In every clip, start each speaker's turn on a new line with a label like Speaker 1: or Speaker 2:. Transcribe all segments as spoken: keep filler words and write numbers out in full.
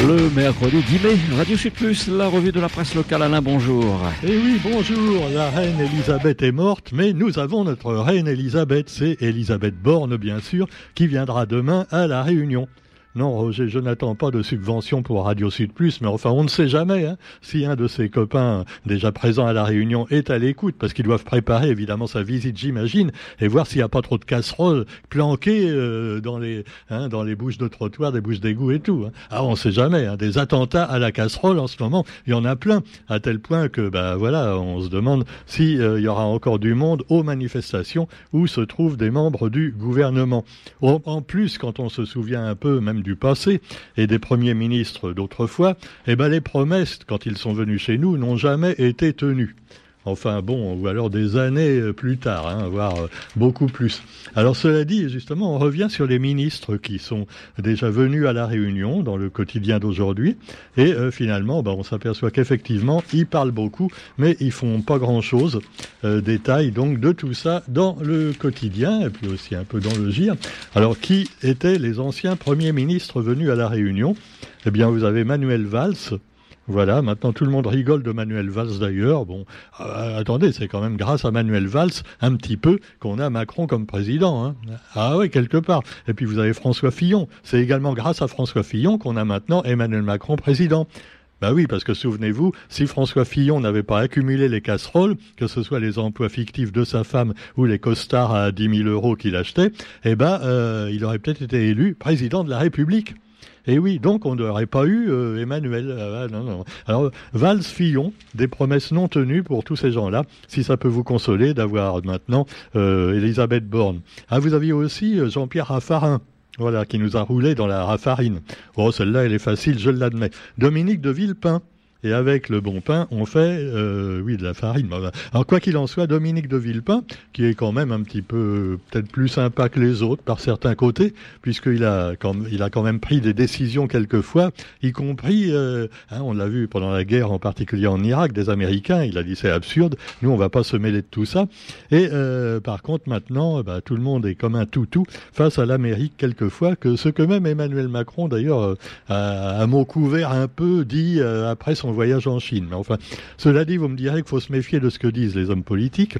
Speaker 1: Le mercredi dix mai, Radio Sud Plus, la revue de la presse locale. Alain, bonjour.
Speaker 2: Eh oui, bonjour. La reine Elisabeth est morte, mais nous avons notre reine Elisabeth. C'est Elisabeth Borne, bien sûr, qui viendra demain à La Réunion. Non, Roger, je n'attends pas de subvention pour Radio Sud Plus, mais enfin, on ne sait jamais hein, si un de ses copains déjà présents à La Réunion est à l'écoute, parce qu'ils doivent préparer évidemment sa visite, j'imagine, et voir s'il n'y a pas trop de casseroles planquées euh, dans les hein, dans les bouches de trottoir, des bouches d'égout et tout. Hein. Ah, on ne sait jamais. Hein, des attentats à la casserole en ce moment, il y en a plein, à tel point que, bah voilà, on se demande s'il euh, y aura encore du monde aux manifestations où se trouvent des membres du gouvernement. En plus, quand on se souvient un peu, même du passé et des premiers ministres d'autrefois, eh ben les promesses, quand ils sont venus chez nous, n'ont jamais été tenues. Enfin bon, ou alors des années plus tard, hein, voire beaucoup plus. Alors cela dit, justement, on revient sur les ministres qui sont déjà venus à La Réunion dans le quotidien d'aujourd'hui, et euh, finalement, ben, on s'aperçoit qu'effectivement, ils parlent beaucoup, mais ils font pas grand-chose. Euh, détail donc de tout ça dans le quotidien, et puis aussi un peu dans le G I R. Alors, qui étaient les anciens premiers ministres venus à La Réunion ? Eh bien, vous avez Manuel Valls. Voilà, maintenant tout le monde rigole de Manuel Valls d'ailleurs. Bon, euh, attendez, c'est quand même grâce à Manuel Valls, un petit peu, qu'on a Macron comme président. Hein. Ah oui, quelque part. Et puis vous avez François Fillon. C'est également grâce à François Fillon qu'on a maintenant Emmanuel Macron président. Bah oui, parce que souvenez-vous, si François Fillon n'avait pas accumulé les casseroles, que ce soit les emplois fictifs de sa femme ou les costards à dix mille euros qu'il achetait, eh ben, euh, il aurait peut-être été élu président de la République. Et oui, donc on n'aurait pas eu euh, Emmanuel. Ah, non, non. Alors, Valls-Fillon, des promesses non tenues pour tous ces gens-là, si ça peut vous consoler d'avoir maintenant euh, Elisabeth Borne. Ah, vous aviez aussi euh, Jean-Pierre Raffarin. Voilà, qui nous a roulé dans la raffarine. Oh, celle-là, elle est facile, je l'admets. Dominique de Villepin. Et avec le bon pain, on fait, euh, oui, de la farine. Alors, quoi qu'il en soit, Dominique de Villepin, qui est quand même un petit peu, peut-être plus sympa que les autres par certains côtés, puisqu'il a, quand, il a quand même pris des décisions quelquefois, y compris, euh, hein, on l'a vu pendant la guerre, en particulier en Irak, des Américains. Il a dit c'est absurde, nous on va pas se mêler de tout ça. Et euh, par contre, maintenant, bah, tout le monde est comme un toutou face à l'Amérique quelquefois, que ce que même Emmanuel Macron, d'ailleurs, a, à mot couvert un peu dit euh, après son voyage en Chine. Mais enfin, cela dit, vous me direz qu'il faut se méfier de ce que disent les hommes politiques.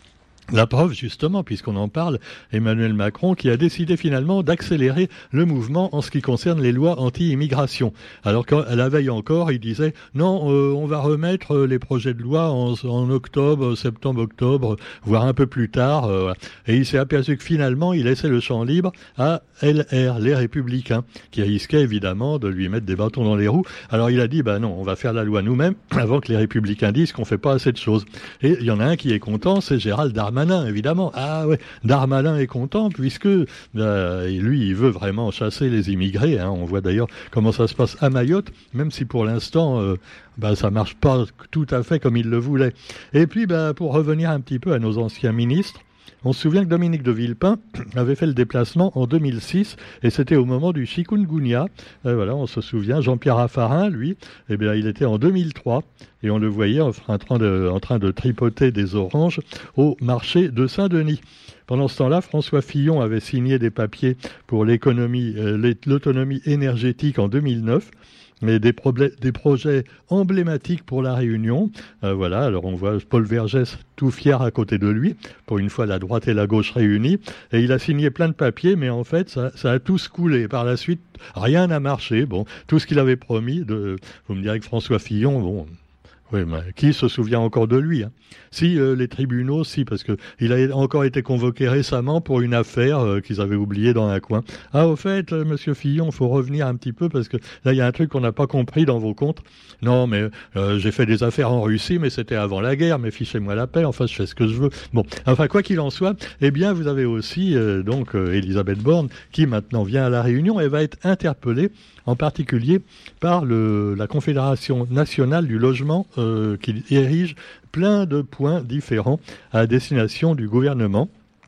Speaker 2: La preuve, justement, puisqu'on en parle, Emmanuel Macron qui a décidé finalement d'accélérer le mouvement en ce qui concerne les lois anti-immigration. Alors qu'à la veille encore, il disait non, euh, on va remettre les projets de loi en, en octobre, septembre, octobre, voire un peu plus tard. Euh, et il s'est aperçu que finalement, il laissait le champ libre à L R, les Républicains, qui risquaient évidemment de lui mettre des bâtons dans les roues. Alors il a dit, bah non, on va faire la loi nous-mêmes avant que les Républicains disent qu'on fait pas assez de choses. Et il y en a un qui est content, c'est Gérald Darmanin. Darmanin, évidemment. Ah ouais, Darmanin est content puisque euh, lui, il veut vraiment chasser les immigrés. Hein. On voit d'ailleurs comment ça se passe à Mayotte, même si pour l'instant, euh, bah, ça marche pas tout à fait comme il le voulait. Et puis, bah, pour revenir un petit peu à nos anciens ministres, on se souvient que Dominique de Villepin avait fait le déplacement en deux mille six et c'était au moment du chikungunya. Euh, voilà, on se souvient. Jean-Pierre Raffarin, lui, eh bien, il était en deux mille trois et on le voyait en train de, en train de tripoter des oranges au marché de Saint-Denis. Pendant ce temps-là, François Fillon avait signé des papiers pour l'économie, euh, l'autonomie énergétique en deux mille neuf. Mais des, problè- des projets emblématiques pour la Réunion. Euh, voilà, alors on voit Paul Vergès tout fier à côté de lui, pour une fois la droite et la gauche réunies, et il a signé plein de papiers, mais en fait, ça, ça a tous coulé. Par la suite, rien n'a marché. Bon, tout ce qu'il avait promis, de, vous me direz que François Fillon, bon... Oui, mais qui se souvient encore de lui hein? Si, euh, les tribunaux, si, parce que il a encore été convoqué récemment pour une affaire euh, qu'ils avaient oubliée dans un coin. Ah, au fait, euh, monsieur Fillon, il faut revenir un petit peu, parce que là, il y a un truc qu'on n'a pas compris dans vos comptes. Non, mais euh, j'ai fait des affaires en Russie, mais c'était avant la guerre, mais fichez-moi la paix, enfin, je fais ce que je veux. Bon, enfin, quoi qu'il en soit, eh bien, vous avez aussi, euh, donc, euh, Elisabeth Borne, qui maintenant vient à La Réunion et va être interpellée, en particulier par le, la Confédération nationale du logement euh, qui érige plein de points différents à destination du gouvernement.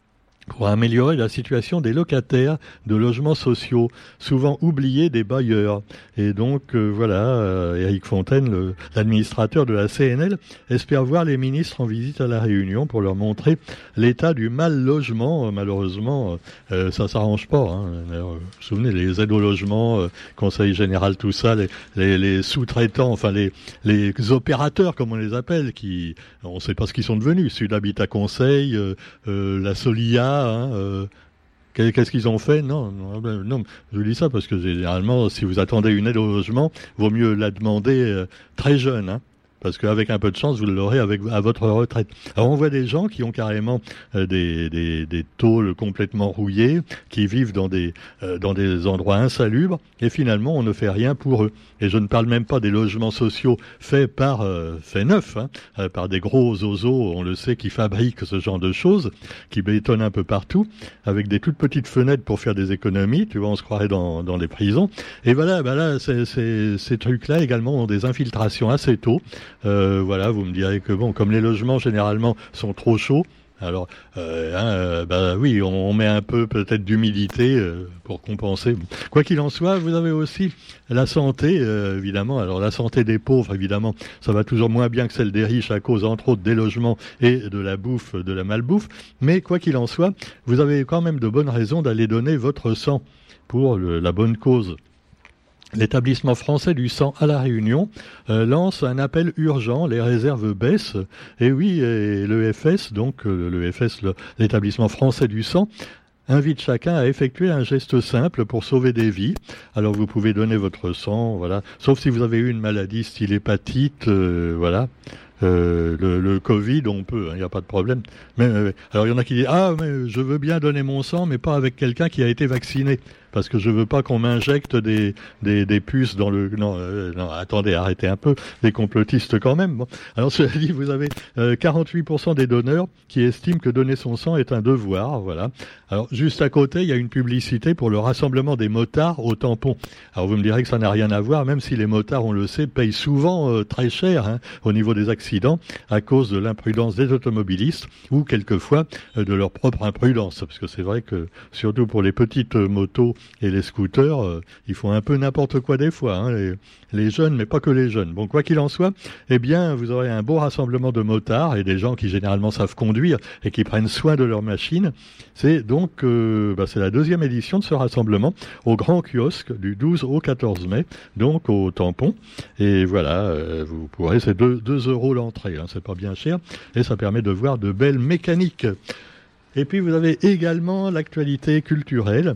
Speaker 2: pour améliorer la situation des locataires de logements sociaux, souvent oubliés des bailleurs. Et donc, euh, voilà, euh, Éric Fontaine, le, l'administrateur de la C N L, espère voir les ministres en visite à La Réunion pour leur montrer l'état du mal-logement. Euh, malheureusement, euh, ça s'arrange pas. Hein. Alors, vous vous souvenez, les aides au logement, euh, Conseil général, tout ça, les, les, les sous-traitants, enfin les, les opérateurs, comme on les appelle, qui, on ne sait pas ce qu'ils sont devenus, Sud Habitat Conseil, euh, euh, la Solia, Hein, euh, qu'est-ce qu'ils ont fait? Non, non, non, je vous dis ça parce que généralement, si vous attendez une aide au logement, vaut mieux la demander euh, très jeune, hein, parce qu'avec un peu de chance, vous l'aurez avec à votre retraite. Alors on voit des gens qui ont carrément euh, des, des, des tôles complètement rouillées, qui vivent dans des, euh, dans des endroits insalubres, et finalement on ne fait rien pour eux. Et je ne parle même pas des logements sociaux faits par euh, faits neufs, hein, euh, par des gros oiseaux, on le sait, qui fabriquent ce genre de choses, qui bétonnent un peu partout, avec des toutes petites fenêtres pour faire des économies. Tu vois, on se croirait dans, dans des prisons. Et voilà, bah là, c'est, c'est, ces trucs-là également ont des infiltrations assez tôt. Euh, voilà, vous me direz que bon, comme les logements généralement sont trop chauds, alors, euh, hein, euh, bah oui, on, on met un peu peut-être d'humidité euh, pour compenser. Quoi qu'il en soit, vous avez aussi la santé, euh, évidemment. Alors la santé des pauvres, évidemment, ça va toujours moins bien que celle des riches à cause, entre autres, des logements et de la bouffe, de la malbouffe. Mais quoi qu'il en soit, vous avez quand même de bonnes raisons d'aller donner votre sang pour le, la bonne cause. L'établissement français du sang à La Réunion euh, lance un appel urgent, les réserves baissent, et oui, et l'E F S, donc euh, l'E F S, le, l'établissement français du sang, invite chacun à effectuer un geste simple pour sauver des vies. Alors vous pouvez donner votre sang, voilà, sauf si vous avez eu une maladie style hépatite, euh, voilà. Euh, le, le Covid, on peut, il n'y a pas de problème. Mais euh, alors il y en a qui disent ah mais je veux bien donner mon sang, mais pas avec quelqu'un qui a été vacciné, parce que je veux pas qu'on m'injecte des des, des puces dans le. Non, euh, non, attendez, arrêtez un peu, les complotistes quand même. Bon. Alors cela dit, vous avez euh, quarante-huit pour cent des donneurs qui estiment que donner son sang est un devoir, voilà. Alors juste à côté, il y a une publicité pour le rassemblement des motards au tampon. Alors vous me direz que ça n'a rien à voir, même si les motards, on le sait, payent souvent euh, très cher hein, au niveau des accidents à cause de l'imprudence des automobilistes ou quelquefois euh, de leur propre imprudence. Parce que c'est vrai que, surtout pour les petites euh, motos et les scooters, euh, ils font un peu n'importe quoi des fois, hein, les, les jeunes, mais pas que les jeunes. Bon, quoi qu'il en soit, eh bien, vous aurez un beau rassemblement de motards et des gens qui généralement savent conduire et qui prennent soin de leur machine. C'est donc, euh, bah, c'est la deuxième édition de ce rassemblement au Grand Kiosque du douze au quatorze mai, donc au tampon. Et voilà, euh, vous pourrez, c'est deux euros l'entrée, hein, c'est pas bien cher, et ça permet de voir de belles mécaniques. Et puis vous avez également l'actualité culturelle,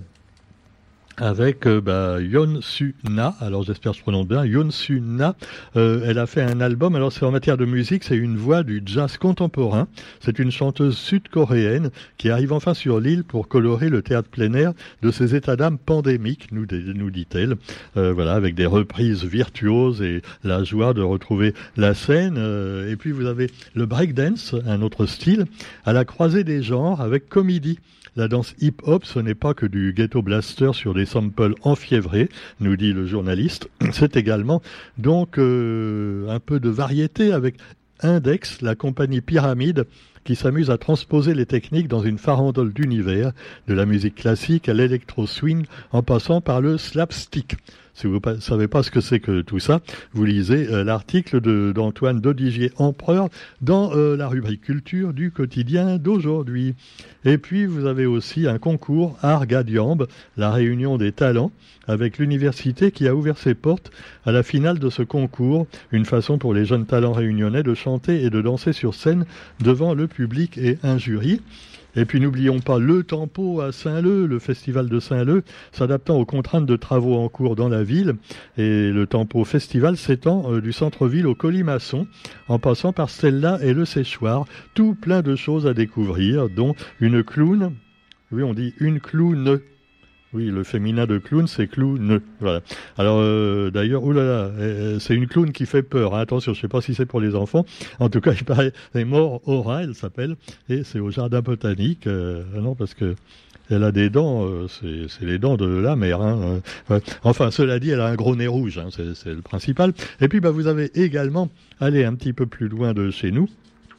Speaker 2: avec euh, bah, Yoon Su-na, alors j'espère que je prononce bien, Yoon Su-na, euh, elle a fait un album, alors c'est en matière de musique, c'est une voix du jazz contemporain, c'est une chanteuse sud-coréenne qui arrive enfin sur l'île pour colorer le théâtre plein air de ses états d'âme pandémiques, nous, nous dit-elle, euh, voilà, avec des reprises virtuoses et la joie de retrouver la scène, euh, et puis vous avez le breakdance, un autre style, à la croisée des genres avec comédie. La danse hip-hop, ce n'est pas que du ghetto blaster sur des samples enfiévrés, nous dit le journaliste. C'est également donc euh, un peu de variété avec Index, la compagnie Pyramide, qui s'amuse à transposer les techniques dans une farandole d'univers, de la musique classique à l'électro-swing, en passant par le slapstick. Si vous ne savez pas ce que c'est que tout ça, vous lisez euh, l'article de, d'Antoine Dodigier-Empereur dans euh, la rubrique culture du quotidien d'aujourd'hui. Et puis, vous avez aussi un concours Argadiambe, la réunion des talents, avec l'université qui a ouvert ses portes à la finale de ce concours, une façon pour les jeunes talents réunionnais de chanter et de danser sur scène devant le public et un jury. Et puis n'oublions pas le Tempo à Saint-Leu, le festival de Saint-Leu, s'adaptant aux contraintes de travaux en cours dans la ville. Et le Tempo Festival s'étend euh, du centre-ville au Colimaçon, en passant par Stella et le Séchoir. Tout plein de choses à découvrir, dont une clown, oui on dit une clown. Oui, le féminin de clown, c'est clown. Voilà. Alors, euh, d'ailleurs, oulala, euh, c'est une clown qui fait peur. Hein. Attention, je ne sais pas si c'est pour les enfants. En tout cas, il paraît, c'est Mort Aura, elle s'appelle, et c'est au jardin botanique. Euh, non, parce que elle a des dents, euh, c'est, c'est les dents de la mère. Hein. Ouais. Enfin, cela dit, elle a un gros nez rouge, hein, c'est, c'est le principal. Et puis, bah, vous avez également, allez un petit peu plus loin de chez nous,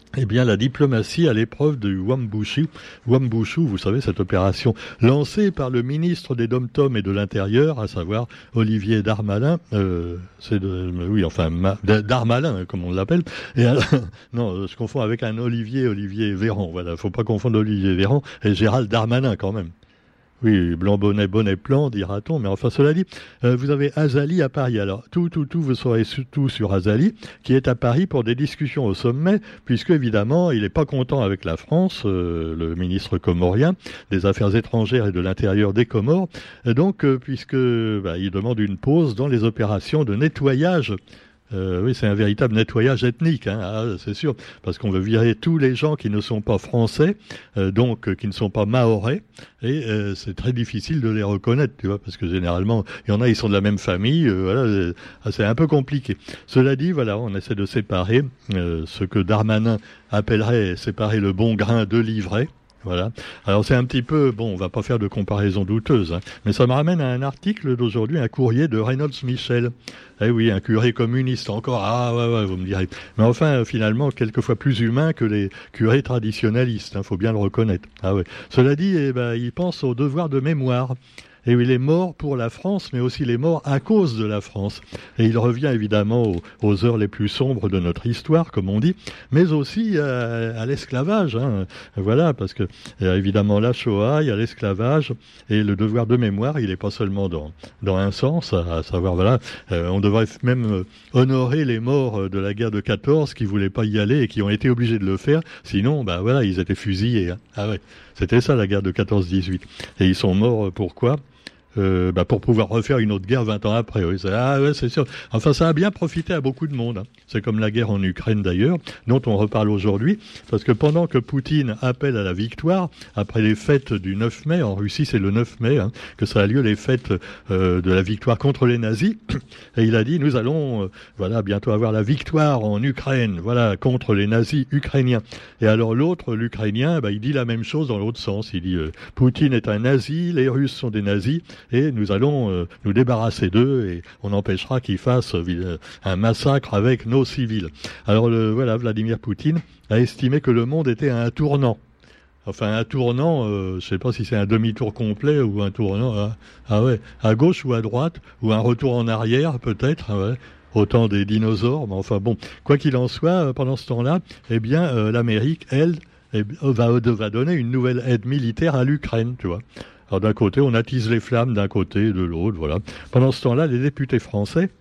Speaker 2: Eh bien, la diplomatie à l'épreuve du Wambushu. Wambushu, vous savez, cette opération lancée par le ministre des Dom-Tom et de l'Intérieur, à savoir Olivier Darmanin, euh, c'est de, oui, enfin, ma, Darmalin, comme on l'appelle. Et alors, non, je confonds avec un Olivier, Olivier Véran. Voilà, faut pas confondre Olivier Véran et Gérald Darmanin, quand même. Oui, blanc bonnet, bonnet plan, dira-t-on. Mais enfin, cela dit, euh, vous avez Azali à Paris. Alors, tout, tout, tout, vous saurez tout sur Azali, qui est à Paris pour des discussions au sommet, puisque, évidemment, il n'est pas content avec la France, euh, le ministre comorien des Affaires étrangères et de l'Intérieur des Comores. Et donc, euh, puisque bah, il demande une pause dans les opérations de nettoyage. Euh, oui, c'est un véritable nettoyage ethnique, hein, ah, c'est sûr, parce qu'on veut virer tous les gens qui ne sont pas français, euh, donc euh, qui ne sont pas mahorais, et euh, c'est très difficile de les reconnaître, tu vois, parce que généralement, il y en a, ils sont de la même famille, euh, voilà, euh, c'est un peu compliqué. Cela dit, voilà, on essaie de séparer euh, ce que Darmanin appellerait séparer le bon grain de l'ivraie. Voilà. Alors c'est un petit peu, bon, on va pas faire de comparaison douteuse, hein, mais ça me ramène à un article d'aujourd'hui, un courrier de Reynolds Michel. Eh oui, un curé communiste encore, ah ouais, ouais, vous me direz. Mais enfin, finalement, quelquefois plus humain que les curés traditionnalistes, hein, faut bien le reconnaître. Ah ouais. Cela dit, eh ben, il pense au devoir de mémoire. Et il est mort pour la France, mais aussi il est mort à cause de la France. Et il revient évidemment aux, aux heures les plus sombres de notre histoire, comme on dit, mais aussi à, à l'esclavage. Hein. Voilà, parce que il y a évidemment la Shoah, il y a l'esclavage, et le devoir de mémoire, il n'est pas seulement dans, dans un sens, à, à savoir, voilà, euh, on devrait même honorer les morts de la guerre de quatorze qui voulaient pas y aller et qui ont été obligés de le faire, sinon, bah voilà, ils étaient fusillés. Hein. Ah ouais. C'était ça la guerre de quatorze dix-huit. Et ils sont morts pourquoi ? Euh, bah pour pouvoir refaire une autre guerre vingt ans après. Oui, c'est, ah ouais, c'est sûr. Enfin, ça a bien profité à beaucoup de monde. Hein. C'est comme la guerre en Ukraine d'ailleurs, dont on reparle aujourd'hui, parce que pendant que Poutine appelle à la victoire, après les fêtes du neuf mai, en Russie c'est le neuf mai, hein, que ça a lieu les fêtes euh, de la victoire contre les nazis, et il a dit nous allons, euh, voilà, bientôt avoir la victoire en Ukraine, voilà, contre les nazis ukrainiens. Et alors l'autre, l'Ukrainien, bah, il dit la même chose dans l'autre sens. Il dit euh, Poutine est un nazi, les Russes sont des nazis. Et nous allons euh, nous débarrasser d'eux et on empêchera qu'ils fassent euh, un massacre avec nos civils. Alors le, voilà, Vladimir Poutine a estimé que le monde était à un tournant. Enfin, un tournant, euh, je ne sais pas si c'est un demi-tour complet ou un tournant, ah, ah ouais, à gauche ou à droite, ou un retour en arrière peut-être, ah ouais, au temps des dinosaures. Mais enfin bon, quoi qu'il en soit, pendant ce temps-là, eh bien, euh, l'Amérique, elle, eh, va, va donner une nouvelle aide militaire à l'Ukraine, tu vois. Alors d'un côté, on attise les flammes d'un côté et de l'autre, voilà. Pendant ce temps-là, les députés français,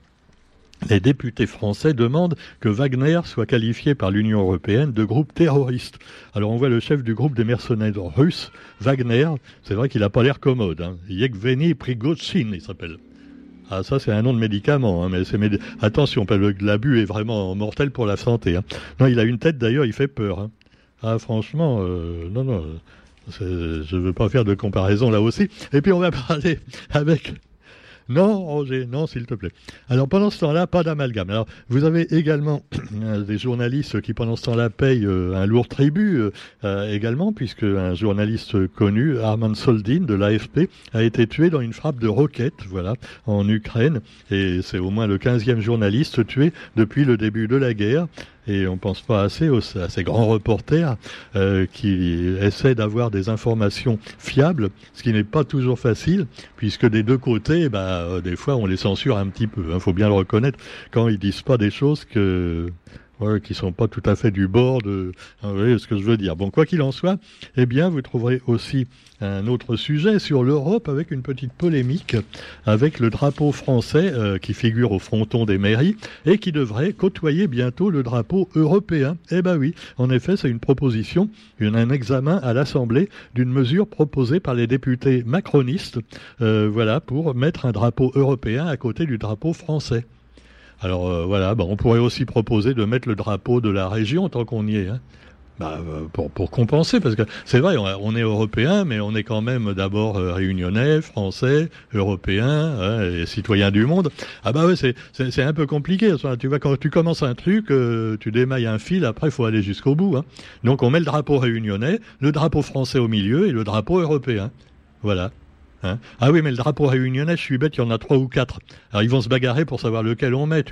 Speaker 2: les députés français demandent que Wagner soit qualifié par l'Union européenne de groupe terroriste. Alors on voit le chef du groupe des mercenaires russes, Wagner, c'est vrai qu'il n'a pas l'air commode, hein. Yevgeny Prigozhin, il s'appelle. Ah, ça, c'est un nom de médicament, hein, mais c'est médi- attention, l'abus est vraiment mortel pour la santé. Hein. Non, il a une tête, d'ailleurs, il fait peur. Hein. Ah, franchement, euh, non, non... C'est, je ne veux pas faire de comparaison là aussi. Et puis on va parler avec... Non, Roger, non, s'il te plaît. Alors pendant ce temps-là, pas d'amalgame. Alors vous avez également des journalistes qui pendant ce temps-là payent euh, un lourd tribut euh, également, puisque un journaliste connu, Armand Soldin de l'A F P, a été tué dans une frappe de roquette, voilà, en Ukraine. Et c'est au moins le quinzième journaliste tué depuis le début de la guerre. Et on ne pense pas assez aux, à ces grands reporters euh, qui essaient d'avoir des informations fiables, ce qui n'est pas toujours facile, puisque des deux côtés, bah, euh, des fois, on les censure un petit peu. Il hein, faut bien le reconnaître, quand ils disent pas des choses que... Ouais, qui sont pas tout à fait du bord de, vous voyez ce que je veux dire. Bon, quoi qu'il en soit, eh bien, vous trouverez aussi un autre sujet sur l'Europe avec une petite polémique avec le drapeau français euh, qui figure au fronton des mairies et qui devrait côtoyer bientôt le drapeau européen. Eh ben oui, en effet, c'est une proposition, un examen à l'Assemblée d'une mesure proposée par les députés macronistes, euh, voilà, pour mettre un drapeau européen à côté du drapeau français. Alors euh, voilà, bah, on pourrait aussi proposer de mettre le drapeau de la région tant qu'on y est, hein. Bah, euh, pour, pour compenser, parce que c'est vrai, on, on est européen, mais on est quand même d'abord euh, réunionnais, français, européen, hein, et citoyen du monde. Ah bah ouais, c'est, c'est, c'est un peu compliqué. Tu vois, quand tu commences un truc, euh, tu démailles un fil, après il faut aller jusqu'au bout. Hein. Donc on met le drapeau réunionnais, le drapeau français au milieu et le drapeau européen. Voilà. Hein ah oui, mais le drapeau réunionnais, je suis bête, il y en a trois ou quatre. Alors ils vont se bagarrer pour savoir lequel on met, tu vois.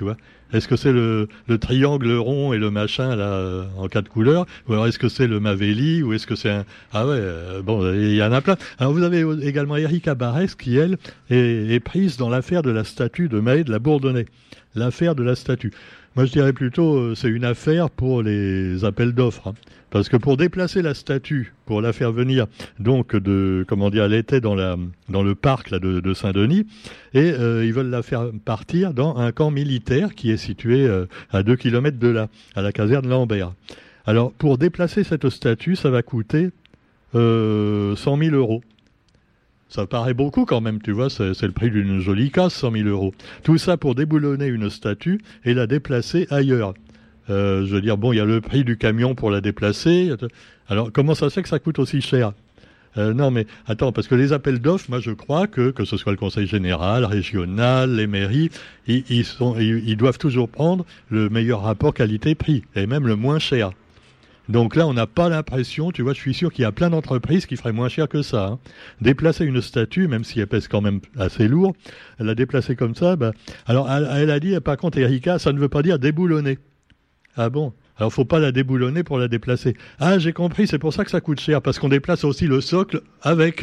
Speaker 2: Est-ce que c'est le, le triangle rond et le machin là en quatre couleurs, ou alors est-ce que c'est le Mavelli, ou est-ce que c'est un... Ah ouais, euh, bon, il y en a plein. Alors vous avez également Erika Barès qui, elle, est, est prise dans l'affaire de la statue de Mahé de la Bourdonnais. L'affaire de la statue. Moi, je dirais plutôt, euh, c'est une affaire pour les appels d'offres. Hein. Parce que pour déplacer la statue, pour la faire venir, donc, de, comment dire, elle était dans, la, dans le parc là, de, de Saint-Denis, et euh, ils veulent la faire partir dans un camp militaire qui est situé euh, à deux kilomètres de là, à la caserne Lambert. Alors, pour déplacer cette statue, ça va coûter euh, cent mille euros. Ça paraît beaucoup quand même, tu vois, c'est, c'est le prix d'une jolie casse, cent mille euros. Tout ça pour déboulonner une statue et la déplacer ailleurs. Euh, je veux dire, bon, il y a le prix du camion pour la déplacer. Alors, comment ça se fait que ça coûte aussi cher ? euh, Non, mais attends, parce que les appels d'offres, moi je crois que, que ce soit le conseil général, régional, les mairies, ils, ils, sont, ils, ils doivent toujours prendre le meilleur rapport qualité-prix, et même le moins cher. Donc là, on n'a pas l'impression, tu vois, je suis sûr qu'il y a plein d'entreprises qui feraient moins cher que ça. Hein. Déplacer une statue, même si elle pèse quand même assez lourd, la déplacer comme ça, bah... alors elle, elle a dit, par contre, Erika, ça ne veut pas dire déboulonner. Ah bon ? Alors faut pas la déboulonner pour la déplacer. Ah, j'ai compris, c'est pour ça que ça coûte cher, parce qu'on déplace aussi le socle avec.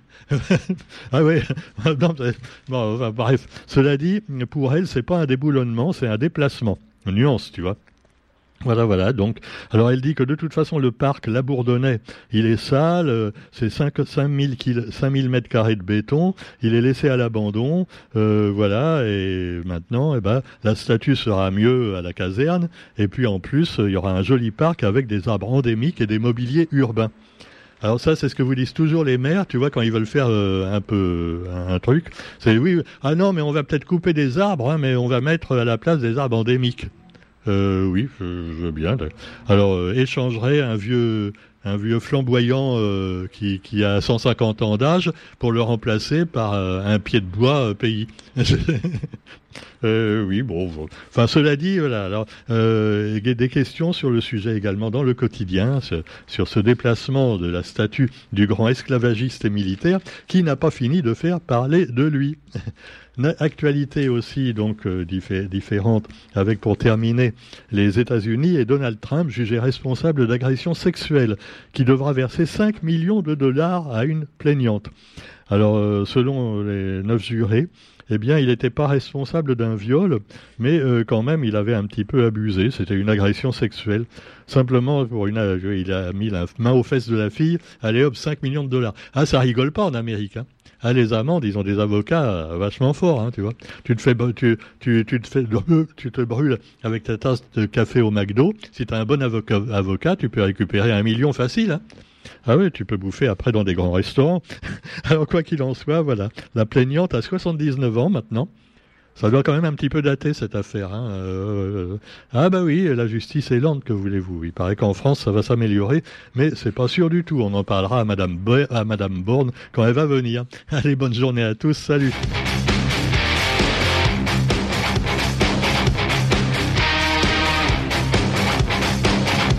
Speaker 2: Ah oui, non, bon, enfin, bref. Cela dit, pour elle, c'est pas un déboulonnement, c'est un déplacement. Une nuance, tu vois. Voilà, voilà. Donc, alors elle dit que de toute façon le parc La Bourdonnais, il est sale, euh, c'est cinq mille mètres carrés de béton, il est laissé à l'abandon, euh, voilà. Et maintenant, eh ben, la statue sera mieux à la caserne. Et puis en plus, il y aura un joli parc avec des arbres endémiques et des mobiliers urbains. Alors ça, c'est ce que vous disent toujours les maires, tu vois, quand ils veulent faire euh, un peu un, un truc. C'est oui, ah non, mais on va peut-être couper des arbres, hein, mais on va mettre à la place des arbres endémiques. Euh, oui, je, je veux bien. Alors, euh, échangerait un vieux, un vieux flamboyant euh, qui, qui a cent cinquante ans d'âge pour le remplacer par euh, un pied de bois euh, pays. euh, oui, bon, bon. Enfin, cela dit, voilà. Alors, euh, des questions sur le sujet également dans le quotidien, sur, sur ce déplacement de la statue du grand esclavagiste et militaire qui n'a pas fini de faire parler de lui. Actualité aussi donc euh, diffé- différente avec pour terminer les États-Unis et Donald Trump jugé responsable d'agression sexuelle qui devra verser cinq millions de dollars à une plaignante. Alors euh, selon les neuf jurés, eh bien il n'était pas responsable d'un viol, mais euh, quand même il avait un petit peu abusé, c'était une agression sexuelle. Simplement pour une, euh, il a mis la main aux fesses de la fille, allez hop, cinq millions de dollars. Ah, ça rigole pas en Amérique, hein. Ah, les amendes, ils ont des avocats vachement forts, hein, tu vois. Tu te fais, tu, tu, tu te fais, tu te brûles avec ta tasse de café au McDo. Si tu as un bon avocat, avocat, tu peux récupérer un million facile, hein. Ah oui, tu peux bouffer après dans des grands restaurants. Alors, quoi qu'il en soit, voilà. La plaignante a soixante-dix-neuf ans maintenant. Ça doit quand même un petit peu dater, cette affaire. Hein. Euh, ah bah oui, la justice est lente, que voulez-vous. Il paraît qu'en France, ça va s'améliorer, mais c'est pas sûr du tout. On en parlera à Madame, Bo- à Madame Borne quand elle va venir. Allez, bonne journée à tous, salut.